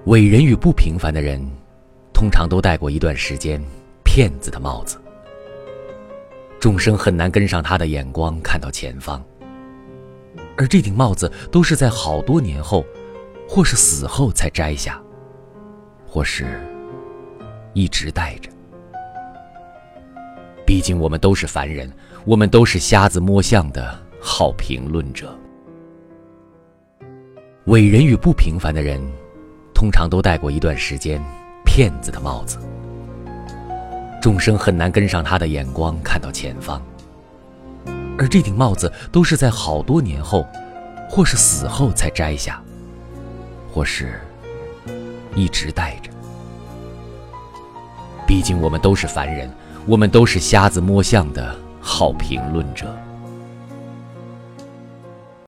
伟人与不平凡的人，通常都戴过一段时间骗子的帽子。众生很难跟上他的眼光看到前方，而这顶帽子都是在好多年后，或是死后才摘下，或是一直戴着。毕竟我们都是凡人，我们都是瞎子摸象的好评论者。伟人与不平凡的人，通常都戴过一段时间骗子的帽子。众生很难跟上他的眼光看到前方，而这顶帽子都是在好多年后，或是死后才摘下，或是一直戴着。毕竟我们都是凡人，我们都是瞎子摸象的好评论者。